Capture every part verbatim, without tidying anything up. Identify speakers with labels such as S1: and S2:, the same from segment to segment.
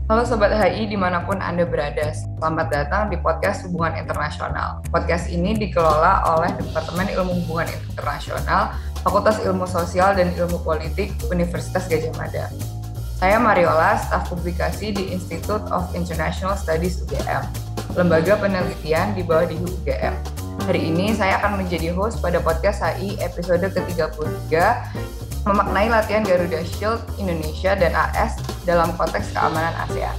S1: Halo Sobat H I dimanapun Anda berada, selamat datang di podcast Hubungan Internasional. Podcast ini dikelola oleh Departemen Ilmu Hubungan Internasional, Fakultas Ilmu Sosial dan Ilmu Politik, Universitas Gadjah Mada. Saya Mariola, staf publikasi di Institute of International Studies U G M, lembaga penelitian di bawah di U G M. Hari ini saya akan menjadi host pada podcast H I episode ke tiga puluh tiga, memaknai latihan Garuda Shield Indonesia dan A S dalam konteks keamanan ASEAN.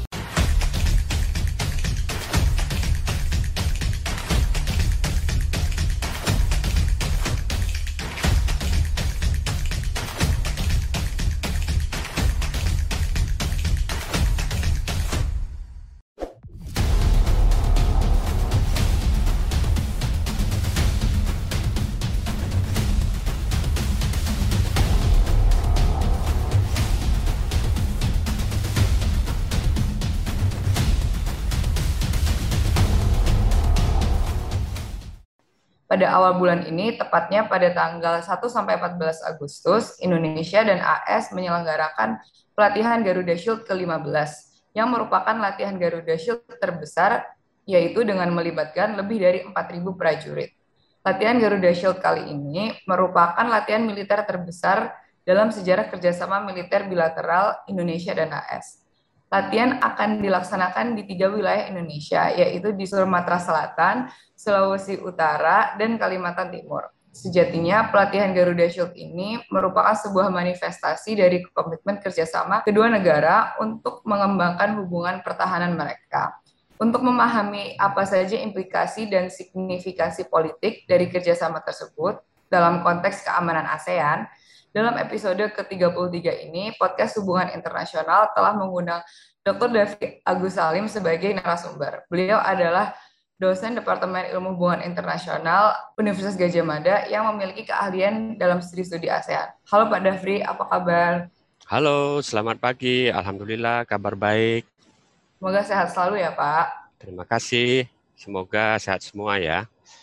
S1: Pada awal bulan ini, tepatnya pada tanggal satu sampai empat belas Agustus, Indonesia dan A S menyelenggarakan pelatihan Garuda Shield ke lima belas, yang merupakan latihan Garuda Shield terbesar, yaitu dengan melibatkan lebih dari empat ribu prajurit. Latihan Garuda Shield kali ini merupakan latihan militer terbesar dalam sejarah kerjasama militer bilateral Indonesia dan A S. Latihan akan dilaksanakan di tiga wilayah Indonesia, yaitu di Sumatera Selatan, Sulawesi Utara, dan Kalimantan Timur. Sejatinya, pelatihan Garuda Shield ini merupakan sebuah manifestasi dari komitmen kerjasama kedua negara untuk mengembangkan hubungan pertahanan mereka. Untuk memahami apa saja implikasi dan signifikasi politik dari kerjasama tersebut dalam konteks keamanan ASEAN, dalam episode ke tiga puluh tiga ini, podcast Hubungan Internasional telah mengundang doktor David Agus Salim sebagai narasumber. Beliau adalah dosen Departemen Ilmu Hubungan Internasional Universitas Gadjah Mada yang memiliki keahlian dalam studi-studi ASEAN. Halo Pak Dafri, apa kabar?
S2: Halo, selamat pagi. Alhamdulillah, kabar baik.
S1: Semoga sehat selalu ya Pak.
S2: Terima kasih. Semoga sehat semua ya.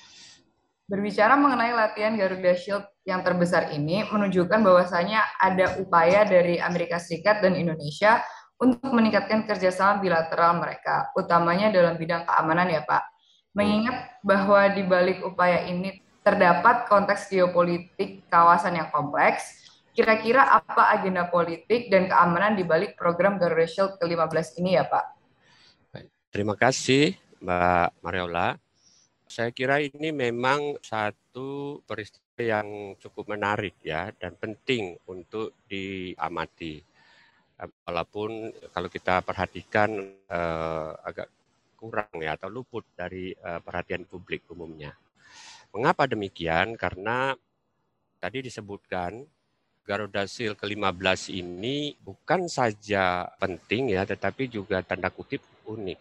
S1: Berbicara mengenai latihan Garuda Shield yang terbesar ini menunjukkan bahwasanya ada upaya dari Amerika Serikat dan Indonesia untuk meningkatkan kerjasama bilateral mereka, utamanya dalam bidang keamanan ya Pak. Mengingat bahwa di balik upaya ini terdapat konteks geopolitik kawasan yang kompleks, kira-kira apa agenda politik dan keamanan di balik program Garuda Shield ke lima belas ini ya Pak?
S2: Terima kasih Mbak Mariola. Saya kira ini memang satu peristiwa yang cukup menarik ya dan penting untuk diamati. Walaupun kalau kita perhatikan eh, agak kurang ya atau luput dari eh, perhatian publik umumnya. Mengapa demikian? Karena tadi disebutkan Garuda Shield ke lima belas ini bukan saja penting ya, tetapi juga tanda kutip unik.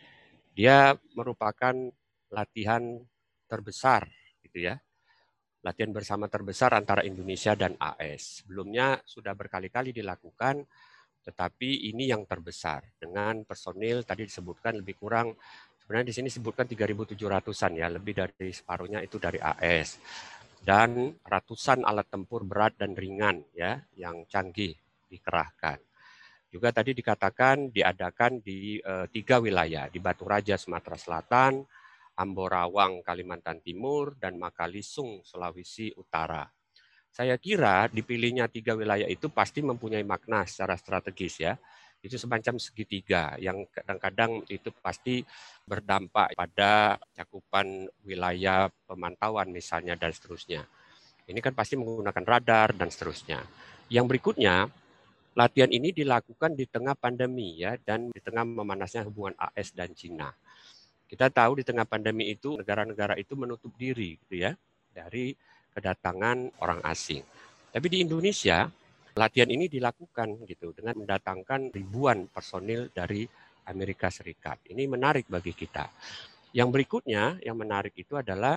S2: Dia merupakan latihan terbesar gitu ya. Latihan bersama terbesar antara Indonesia dan A S. Sebelumnya sudah berkali-kali dilakukan, tetapi ini yang terbesar dengan personil tadi disebutkan lebih kurang, sebenarnya di sini disebutkan tiga ribu tujuh ratusan ya, lebih dari separuhnya itu dari A S. Dan ratusan alat tempur berat dan ringan ya yang canggih dikerahkan. Juga tadi dikatakan diadakan di e, tiga wilayah, di Batu Raja Sumatera Selatan, Amborawang Kalimantan Timur, dan Makalisung Sulawesi Utara. Saya kira dipilihnya tiga wilayah itu pasti mempunyai makna secara strategis ya. Itu semacam segitiga yang kadang-kadang itu pasti berdampak pada cakupan wilayah pemantauan misalnya dan seterusnya. Ini kan pasti menggunakan radar dan seterusnya. Yang berikutnya, latihan ini dilakukan di tengah pandemi ya dan di tengah memanasnya hubungan A S dan Cina. Kita tahu di tengah pandemi itu negara-negara itu menutup diri gitu ya dari kedatangan orang asing. Tapi di Indonesia latihan ini dilakukan gitu dengan mendatangkan ribuan personil dari Amerika Serikat. Ini menarik bagi kita. Yang berikutnya yang menarik itu adalah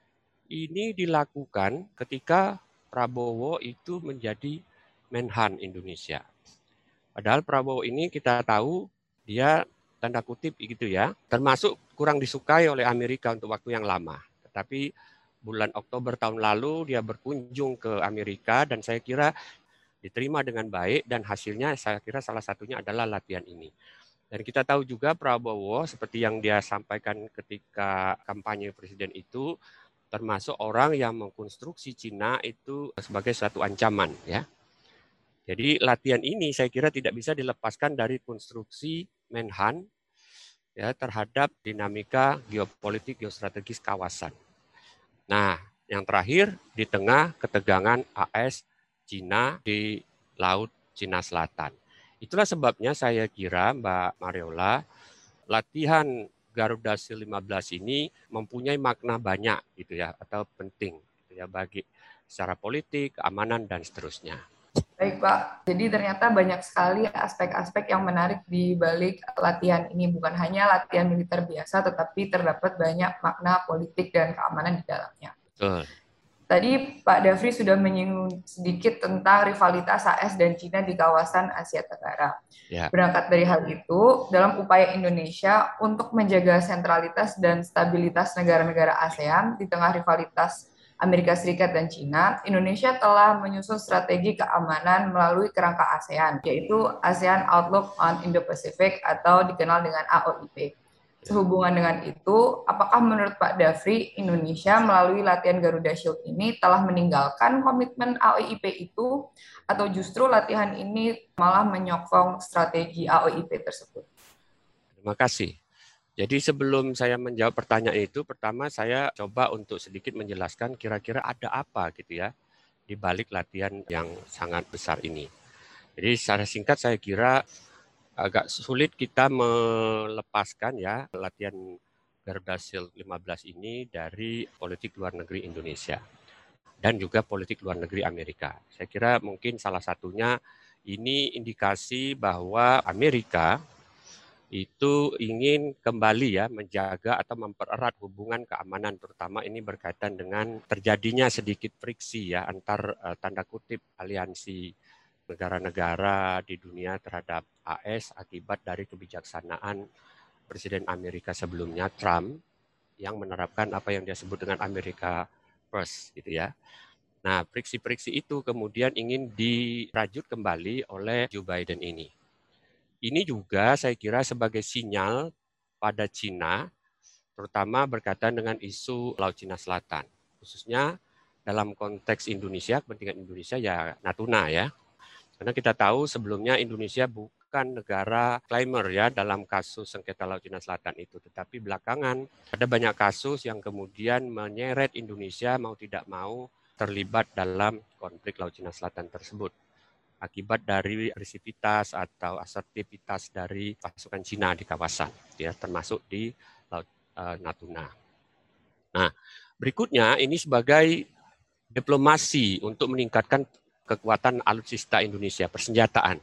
S2: ini dilakukan ketika Prabowo itu menjadi Menhan Indonesia. Padahal Prabowo ini kita tahu dia tanda kutip gitu ya, termasuk kurang disukai oleh Amerika untuk waktu yang lama. Tetapi bulan Oktober tahun lalu dia berkunjung ke Amerika dan saya kira diterima dengan baik dan hasilnya saya kira salah satunya adalah latihan ini. Dan kita tahu juga Prabowo seperti yang dia sampaikan ketika kampanye presiden itu termasuk orang yang mengkonstruksi Cina itu sebagai suatu ancaman ya. Jadi latihan ini saya kira tidak bisa dilepaskan dari konstruksi Menhan ya terhadap dinamika geopolitik geostrategis kawasan. Nah, yang terakhir di tengah ketegangan A S Cina di Laut Cina Selatan. Itulah sebabnya saya kira Mbak Mariola, latihan Garuda Shield lima belas ini mempunyai makna banyak gitu ya, atau penting gitu ya bagi secara politik, keamanan dan seterusnya.
S1: Baik Pak, jadi ternyata banyak sekali aspek-aspek yang menarik di balik latihan ini. Bukan hanya latihan militer biasa, tetapi terdapat banyak makna politik dan keamanan di dalamnya.
S2: Betul.
S1: Tadi Pak Dafri sudah menyinggung sedikit tentang rivalitas A S dan Cina di kawasan Asia Tenggara. Ya. Berangkat dari hal itu, dalam upaya Indonesia untuk menjaga sentralitas dan stabilitas negara-negara ASEAN di tengah rivalitas Amerika Serikat dan Cina, Indonesia telah menyusun strategi keamanan melalui kerangka ASEAN, yaitu ASEAN Outlook on Indo-Pacific atau dikenal dengan A O I P. Sehubungan dengan itu, apakah menurut Pak Dafri, Indonesia melalui latihan Garuda Shield ini telah meninggalkan komitmen A O I P itu, atau justru latihan ini malah menyokong strategi A O I P tersebut?
S2: Terima kasih. Jadi sebelum saya menjawab pertanyaan itu, pertama saya coba untuk sedikit menjelaskan kira-kira ada apa gitu ya di balik latihan yang sangat besar ini. Jadi secara singkat saya kira agak sulit kita melepaskan ya latihan Garuda Shield lima belas ini dari politik luar negeri Indonesia dan juga politik luar negeri Amerika. Saya kira mungkin salah satunya ini indikasi bahwa Amerika itu ingin kembali ya menjaga atau mempererat hubungan keamanan, terutama ini berkaitan dengan terjadinya sedikit friksi ya antar uh, tanda kutip aliansi negara-negara di dunia terhadap A S akibat dari kebijaksanaan Presiden Amerika sebelumnya, Trump, yang menerapkan apa yang dia sebut dengan America First gitu ya. Nah, friksi-friksi itu kemudian ingin dirajut kembali oleh Joe Biden ini. Ini juga saya kira sebagai sinyal pada Cina, terutama berkaitan dengan isu Laut Cina Selatan. Khususnya dalam konteks Indonesia, kepentingan Indonesia ya Natuna ya. Karena kita tahu sebelumnya Indonesia bukan negara claimer ya dalam kasus sengketa Laut Cina Selatan itu. Tetapi belakangan ada banyak kasus yang kemudian menyeret Indonesia mau tidak mau terlibat dalam konflik Laut Cina Selatan tersebut. Akibat dari agresivitas atau asertivitas dari pasukan Cina di kawasan, ya termasuk di Laut uh, Natuna. Nah, berikutnya ini sebagai diplomasi untuk meningkatkan kekuatan alutsista Indonesia, persenjataan.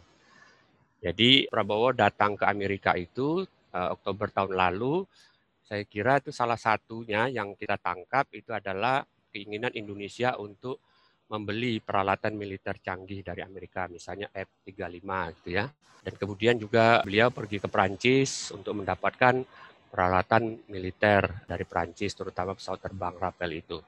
S2: Jadi Prabowo datang ke Amerika itu uh, Oktober tahun lalu, saya kira itu salah satunya yang kita tangkap itu adalah keinginan Indonesia untuk membeli peralatan militer canggih dari Amerika, misalnya F tiga puluh lima gitu ya. Dan kemudian juga beliau pergi ke Perancis untuk mendapatkan peralatan militer dari Perancis, terutama pesawat terbang Rafale itu.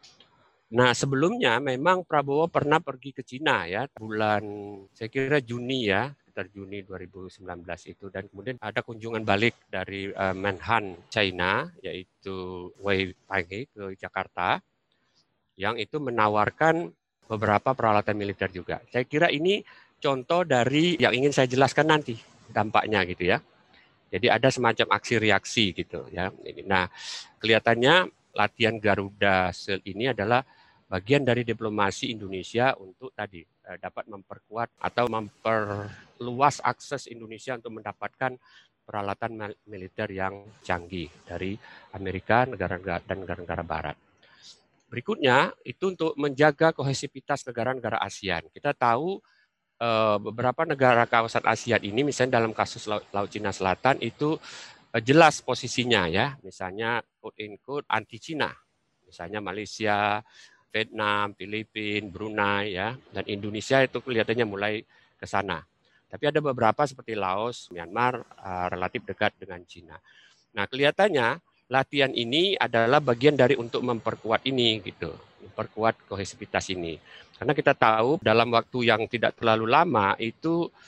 S2: Nah, sebelumnya memang Prabowo pernah pergi ke Cina ya, bulan saya kira Juni ya, sekitar Juni dua ribu sembilan belas itu, dan kemudian ada kunjungan balik dari uh, Menhan China, yaitu Wei Fenghe ke Jakarta, yang itu menawarkan beberapa peralatan militer juga. Saya kira ini contoh dari yang ingin saya jelaskan nanti dampaknya gitu ya. Jadi ada semacam aksi reaksi gitu ya. Nah, kelihatannya latihan Garuda Shield ini adalah bagian dari diplomasi Indonesia untuk tadi dapat memperkuat atau memperluas akses Indonesia untuk mendapatkan peralatan militer yang canggih dari Amerika negara-negara dan negara-negara barat. Berikutnya itu untuk menjaga kohesivitas negara-negara ASEAN. Kita tahu eh, beberapa negara kawasan ASEAN ini, misalnya dalam kasus Laut, Laut Cina Selatan itu eh, jelas posisinya ya, misalnya quote in quote anti Cina, misalnya Malaysia, Vietnam, Filipina, Brunei ya, dan Indonesia itu kelihatannya mulai ke sana. Tapi ada beberapa seperti Laos, Myanmar eh, relatif dekat dengan Cina. Nah, kelihatannya latihan ini adalah bagian dari untuk memperkuat ini gitu, memperkuat kohesivitas ini. Karena kita tahu dalam waktu yang tidak terlalu lama itu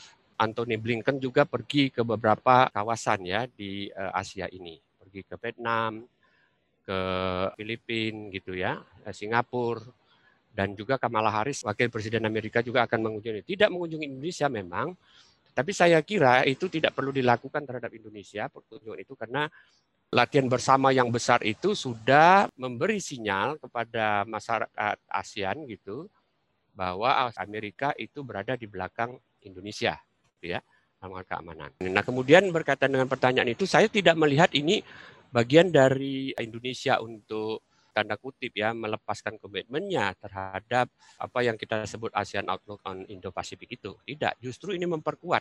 S2: Antony Blinken juga pergi ke beberapa kawasan ya di uh, Asia ini, pergi ke Vietnam, ke Filipina gitu ya, Singapura, dan juga Kamala Harris, wakil presiden Amerika juga akan mengunjungi. Tidak mengunjungi Indonesia memang, tapi saya kira itu tidak perlu dilakukan terhadap Indonesia perkunjungan itu karena latihan bersama yang besar itu sudah memberi sinyal kepada masyarakat ASEAN gitu bahwa Amerika itu berada di belakang Indonesia, gitu ya, dalam hal keamanan. Nah, kemudian berkaitan dengan pertanyaan itu, saya tidak melihat ini bagian dari Indonesia untuk tanda kutip ya melepaskan komitmennya terhadap apa yang kita sebut ASEAN Outlook on Indo-Pasifik itu. Tidak, justru ini memperkuat,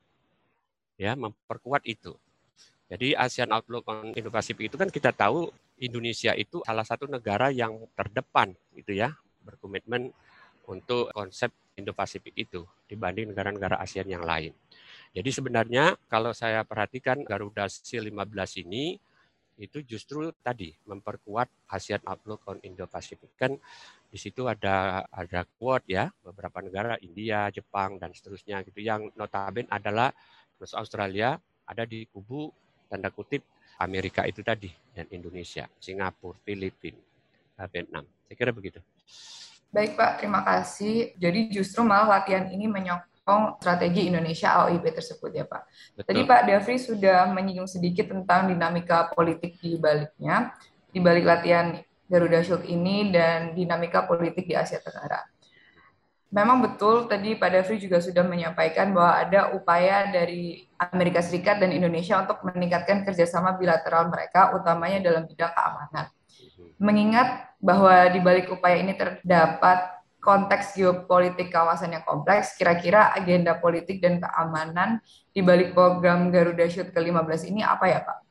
S2: ya, memperkuat itu. Jadi ASEAN Outlook on Indo-Pasifik itu kan kita tahu Indonesia itu salah satu negara yang terdepan gitu ya, berkomitmen untuk konsep Indo-Pasifik itu dibanding negara-negara ASEAN yang lain. Jadi sebenarnya kalau saya perhatikan Garuda Shield lima belas ini itu justru tadi memperkuat ASEAN Outlook on Indo-Pasifik. Kan di situ ada ada quote ya, beberapa negara India, Jepang dan seterusnya gitu yang notabene adalah terus Australia ada di kubu tanda kutip Amerika itu tadi dan Indonesia, Singapura, Filipina, Vietnam. Saya kira begitu.
S1: Baik Pak, terima kasih. Jadi justru malah latihan ini menyokong strategi Indonesia A O I P tersebut ya Pak.
S2: Betul.
S1: Tadi Pak Dafri sudah menyinggung sedikit tentang dinamika politik di baliknya, di balik latihan Garuda Shield ini dan dinamika politik di Asia Tenggara. Memang betul tadi Pak Dafri juga sudah menyampaikan bahwa ada upaya dari Amerika Serikat dan Indonesia untuk meningkatkan kerjasama bilateral mereka, utamanya dalam bidang keamanan. Mengingat bahwa di balik upaya ini terdapat konteks geopolitik kawasan yang kompleks, kira-kira agenda politik dan keamanan di balik program Garuda Shield ke lima belas ini apa ya Pak?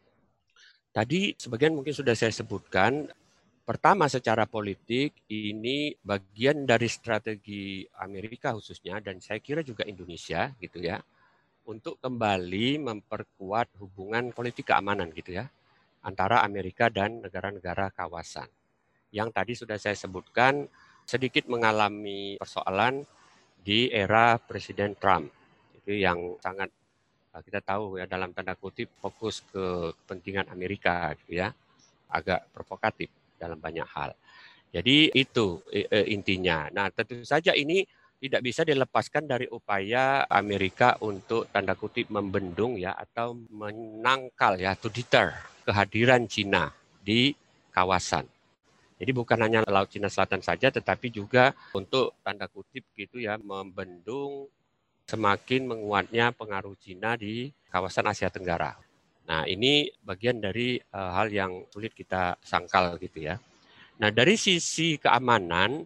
S2: Tadi sebagian mungkin sudah saya sebutkan. Pertama, secara politik ini bagian dari strategi Amerika khususnya dan saya kira juga Indonesia gitu ya untuk kembali memperkuat hubungan politik keamanan gitu ya antara Amerika dan negara-negara kawasan. Yang tadi sudah saya sebutkan sedikit mengalami persoalan di era Presiden Trump. Itu yang sangat kita tahu ya dalam tanda kutip fokus ke kepentingan Amerika gitu ya. Agak provokatif dalam banyak hal. Jadi itu e, intinya. Nah, tentu saja ini tidak bisa dilepaskan dari upaya Amerika untuk tanda kutip membendung ya atau menangkal ya to deter kehadiran Cina di kawasan. Jadi bukan hanya Laut Cina Selatan saja tetapi juga untuk tanda kutip gitu ya membendung semakin menguatnya pengaruh Cina di kawasan Asia Tenggara. Nah, ini bagian dari uh, hal yang sulit kita sangkal gitu ya. Nah, dari sisi keamanan,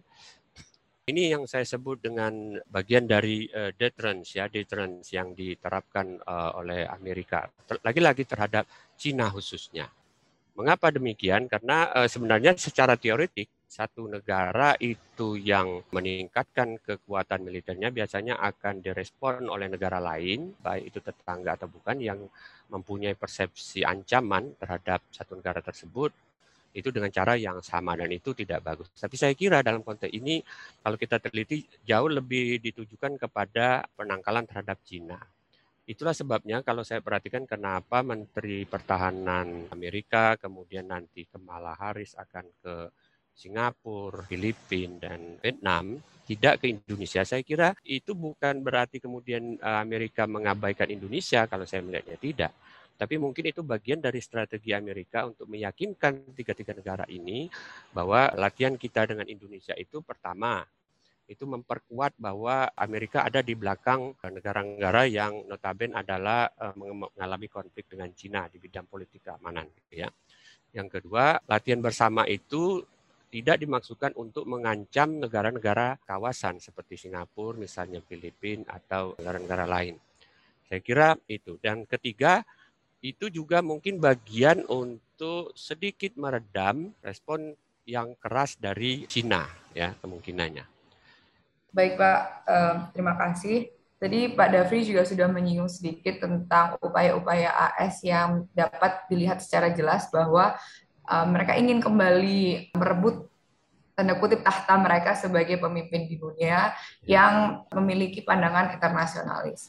S2: ini yang saya sebut dengan bagian dari uh, deterrence ya, deterrence yang diterapkan uh, oleh Amerika. Ter- lagi-lagi terhadap Cina khususnya. Mengapa demikian? Karena uh, sebenarnya secara teoretik satu negara itu yang meningkatkan kekuatan militernya biasanya akan direspon oleh negara lain, baik itu tetangga atau bukan, yang mempunyai persepsi ancaman terhadap satu negara tersebut, itu dengan cara yang sama dan itu tidak bagus. Tapi saya kira dalam konteks ini, kalau kita teliti jauh lebih ditujukan kepada penangkalan terhadap Cina. Itulah sebabnya kalau saya perhatikan kenapa Menteri Pertahanan Amerika, kemudian nanti Kamala Harris akan ke Singapura, Filipina, dan Vietnam, tidak ke Indonesia. Saya kira itu bukan berarti kemudian Amerika mengabaikan Indonesia kalau saya melihatnya, tidak. Tapi mungkin itu bagian dari strategi Amerika untuk meyakinkan tiga-tiga negara ini bahwa latihan kita dengan Indonesia itu pertama, itu memperkuat bahwa Amerika ada di belakang negara-negara yang notabene adalah uh, mengalami konflik dengan Cina di bidang politik keamanan. Ya. Yang kedua, latihan bersama itu tidak dimaksudkan untuk mengancam negara-negara kawasan seperti Singapura, misalnya Filipina atau negara-negara lain. Saya kira itu. Dan ketiga, itu juga mungkin bagian untuk sedikit meredam respon yang keras dari Cina, ya kemungkinannya.
S1: Baik Pak, eh, terima kasih. Tadi Pak Dafri juga sudah menyinggung sedikit tentang upaya-upaya A S yang dapat dilihat secara jelas bahwa uh, mereka ingin kembali merebut tanda kutip tahta mereka sebagai pemimpin di dunia yang memiliki pandangan internasionalis.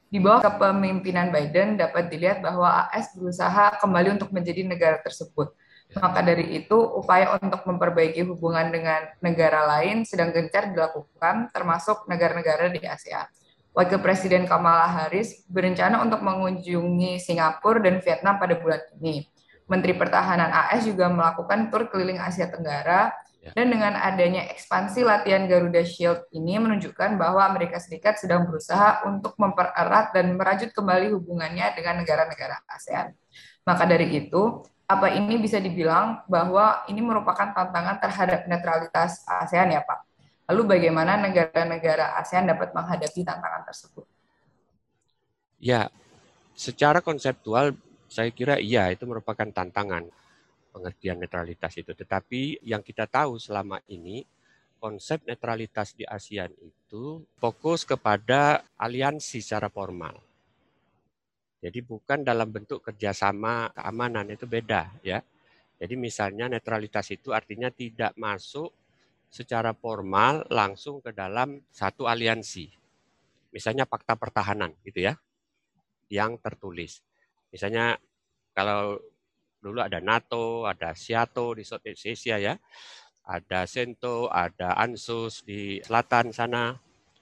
S1: Di bawah kepemimpinan Biden dapat dilihat bahwa A S berusaha kembali untuk menjadi negara tersebut. Maka dari itu, upaya untuk memperbaiki hubungan dengan negara lain sedang gencar dilakukan, termasuk negara-negara di ASEAN. Wakil Presiden Kamala Harris berencana untuk mengunjungi Singapura dan Vietnam pada bulan ini. Menteri Pertahanan A S juga melakukan tur keliling Asia Tenggara, dan dengan adanya ekspansi latihan Garuda Shield ini menunjukkan bahwa Amerika Serikat sedang berusaha untuk mempererat dan merajut kembali hubungannya dengan negara-negara ASEAN. Maka dari itu, apa ini bisa dibilang bahwa ini merupakan tantangan terhadap netralitas ASEAN ya Pak? Lalu bagaimana negara-negara ASEAN dapat menghadapi tantangan tersebut?
S2: Ya, secara konseptual saya kira iya itu merupakan tantangan pengertian netralitas itu. Tetapi yang kita tahu selama ini konsep netralitas di ASEAN itu fokus kepada aliansi secara formal. Jadi bukan dalam bentuk kerjasama keamanan, itu beda ya. Jadi misalnya netralitas itu artinya tidak masuk secara formal langsung ke dalam satu aliansi. Misalnya fakta pertahanan gitu ya, yang tertulis. Misalnya kalau dulu ada NATO, ada SEATO di Southeast Asia ya, ada SENTO, ada ANSUS di selatan sana.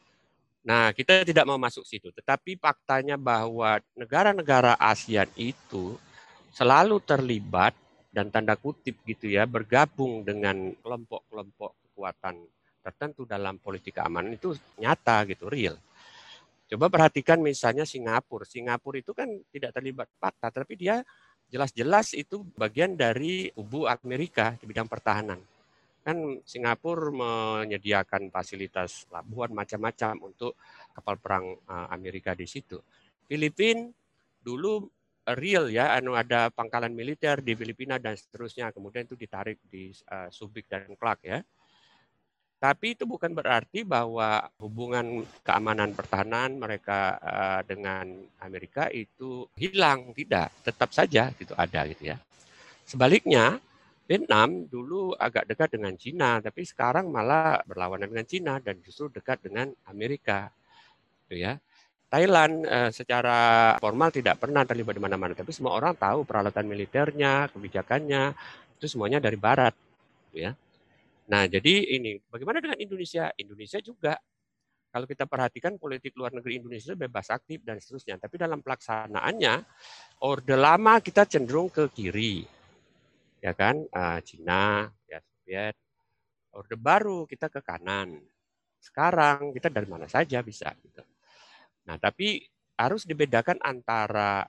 S2: Nah, kita tidak mau masuk situ. Tetapi faktanya bahwa negara-negara ASEAN itu selalu terlibat dan tanda kutip gitu ya, bergabung dengan kelompok-kelompok kekuatan tertentu dalam politik keamanan itu nyata gitu, real. Coba perhatikan misalnya Singapura. Singapura itu kan tidak terlibat fakta, tapi dia jelas-jelas itu bagian dari kubu Amerika di bidang pertahanan. Kan Singapura menyediakan fasilitas pelabuhan macam-macam untuk kapal perang Amerika di situ. Filipina dulu real ya, anu ada pangkalan militer di Filipina dan seterusnya, kemudian itu ditarik di uh, Subic dan Clark ya. Tapi itu bukan berarti bahwa hubungan keamanan pertahanan mereka uh, dengan Amerika itu hilang, tidak, tetap saja gitu ada gitu ya. Sebaliknya Vietnam dulu agak dekat dengan Cina, tapi sekarang malah berlawanan dengan Cina dan justru dekat dengan Amerika. Gitu ya. Thailand eh, secara formal tidak pernah terlibat di mana-mana, tapi semua orang tahu peralatan militernya, kebijakannya, itu semuanya dari Barat. Gitu ya. Nah, jadi ini, bagaimana dengan Indonesia? Indonesia juga, kalau kita perhatikan politik luar negeri Indonesia bebas aktif dan seterusnya, tapi dalam pelaksanaannya, orde lama kita cenderung ke kiri. Ya kan, uh, Cina, ya Soviet. Orde baru kita ke kanan. Sekarang kita dari mana saja bisa gitu. Nah, tapi harus dibedakan antara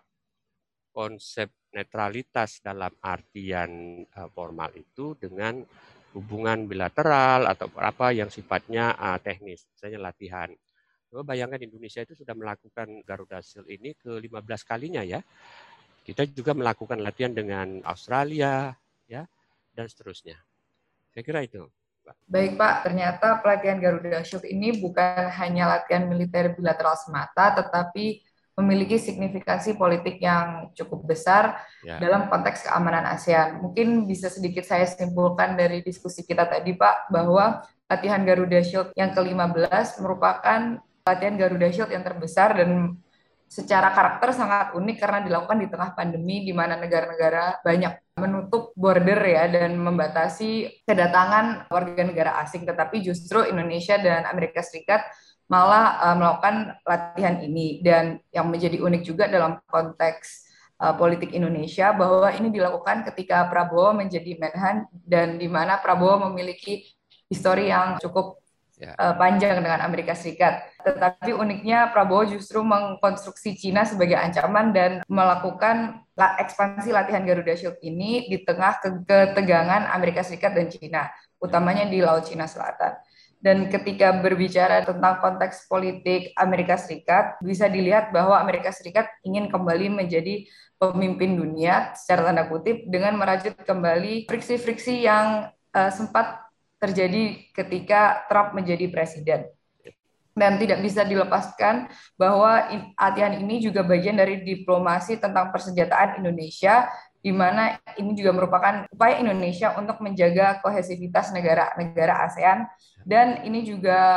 S2: konsep netralitas dalam artian uh, formal itu dengan hubungan bilateral atau apa yang sifatnya uh, teknis, misalnya latihan. Coba bayangkan Indonesia itu sudah melakukan Garuda Shield ini ke lima belas kalinya ya. Kita juga melakukan latihan dengan Australia, ya, dan seterusnya. Saya kira itu.
S1: Baik Pak, ternyata pelatihan Garuda Shield ini bukan hanya latihan militer bilateral semata, tetapi memiliki signifikansi politik yang cukup besar ya. Dalam konteks keamanan ASEAN. Mungkin bisa sedikit saya simpulkan dari diskusi kita tadi Pak, bahwa latihan Garuda Shield yang ke lima belas merupakan latihan Garuda Shield yang terbesar dan secara karakter sangat unik karena dilakukan di tengah pandemi di mana negara-negara banyak menutup border ya dan membatasi kedatangan warga negara asing, tetapi justru Indonesia dan Amerika Serikat malah uh, melakukan latihan ini. Dan yang menjadi unik juga dalam konteks uh, politik Indonesia bahwa ini dilakukan ketika Prabowo menjadi Menhan dan di mana Prabowo memiliki histori yang cukup Ya. panjang dengan Amerika Serikat. Tetapi uniknya Prabowo justru mengkonstruksi Cina sebagai ancaman dan melakukan ekspansi latihan Garuda Shield ini di tengah ketegangan Amerika Serikat dan Cina, utamanya di Laut Cina Selatan. Dan ketika berbicara tentang konteks politik Amerika Serikat, bisa dilihat bahwa Amerika Serikat ingin kembali menjadi pemimpin dunia secara tanda kutip dengan merajut kembali friksi-friksi yang uh, sempat terjadi ketika Trump menjadi presiden. Dan tidak bisa dilepaskan bahwa latihan ini juga bagian dari diplomasi tentang persenjataan Indonesia, di mana ini juga merupakan upaya Indonesia untuk menjaga kohesivitas negara-negara ASEAN, dan ini juga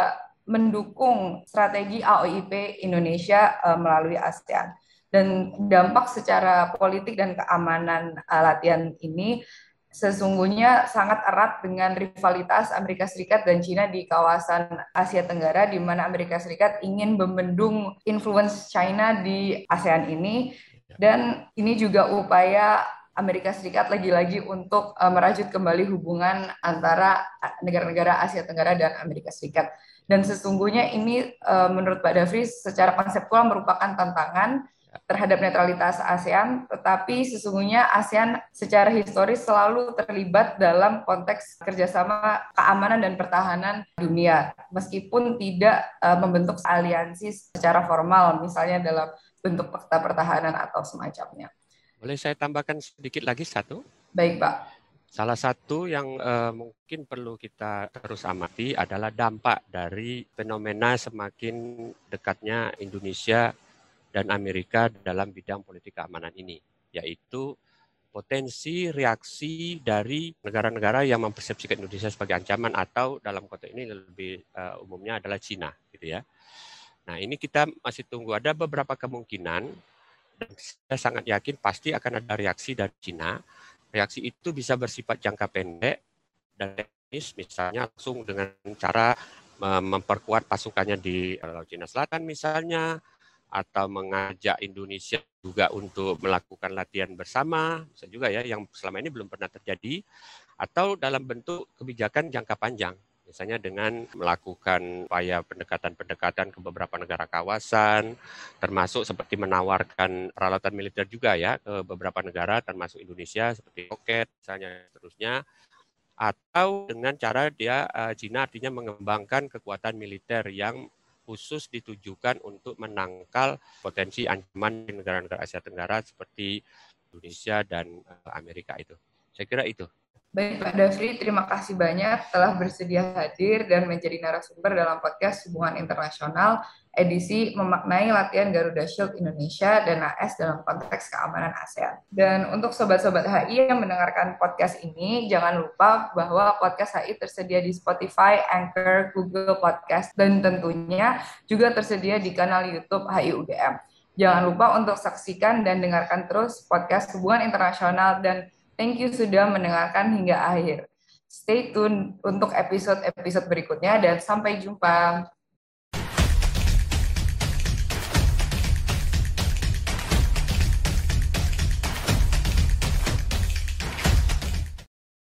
S1: mendukung strategi A O I P Indonesia uh, melalui ASEAN. Dan dampak secara politik dan keamanan uh, latihan ini sesungguhnya sangat erat dengan rivalitas Amerika Serikat dan China di kawasan Asia Tenggara, di mana Amerika Serikat ingin membendung influence China di ASEAN ini, dan ini juga upaya Amerika Serikat lagi-lagi untuk uh, merajut kembali hubungan antara negara-negara Asia Tenggara dan Amerika Serikat. Dan sesungguhnya ini uh, menurut Pak Dafri secara konseptual merupakan tantangan terhadap netralitas ASEAN, tetapi sesungguhnya ASEAN secara historis selalu terlibat dalam konteks kerjasama keamanan dan pertahanan dunia, meskipun tidak uh, membentuk aliansi secara formal, misalnya dalam bentuk peta pertahanan atau semacamnya.
S2: Boleh saya tambahkan sedikit lagi satu?
S1: Baik, Pak.
S2: Salah satu yang uh, mungkin perlu kita terus amati adalah dampak dari fenomena semakin dekatnya Indonesia dan Amerika dalam bidang politik keamanan ini, yaitu potensi reaksi dari negara-negara yang mempersepsikan Indonesia sebagai ancaman, atau dalam konteks ini lebih uh, umumnya adalah Cina, gitu ya. Nah, ini kita masih tunggu, ada beberapa kemungkinan, dan saya sangat yakin pasti akan ada reaksi dari Cina. Reaksi itu bisa bersifat jangka pendek dan teknis, misalnya langsung dengan cara memperkuat pasukannya di Laut Cina Selatan misalnya, atau mengajak Indonesia juga untuk melakukan latihan bersama, bisa juga ya, yang selama ini belum pernah terjadi, atau dalam bentuk kebijakan jangka panjang, misalnya dengan melakukan upaya pendekatan-pendekatan ke beberapa negara kawasan, termasuk seperti menawarkan peralatan militer juga ya ke beberapa negara, termasuk Indonesia, seperti roket, misalnya, seterusnya, atau dengan cara dia, Cina artinya mengembangkan kekuatan militer yang khusus ditujukan untuk menangkal potensi ancaman di negara-negara Asia Tenggara seperti Indonesia dan Amerika itu. Saya kira itu.
S1: Baik, Pak Dafri, terima kasih banyak telah bersedia hadir dan menjadi narasumber dalam podcast Hubungan Internasional edisi memaknai latihan Garuda Shield Indonesia dan A S dalam konteks keamanan ASEAN. Dan untuk sobat-sobat H I yang mendengarkan podcast ini, jangan lupa bahwa podcast H I tersedia di Spotify, Anchor, Google Podcast, dan tentunya juga tersedia di kanal YouTube H I U G M. Jangan lupa untuk saksikan dan dengarkan terus podcast Hubungan Internasional, dan thank you sudah mendengarkan hingga akhir. Stay tune untuk episode-episode berikutnya dan sampai jumpa.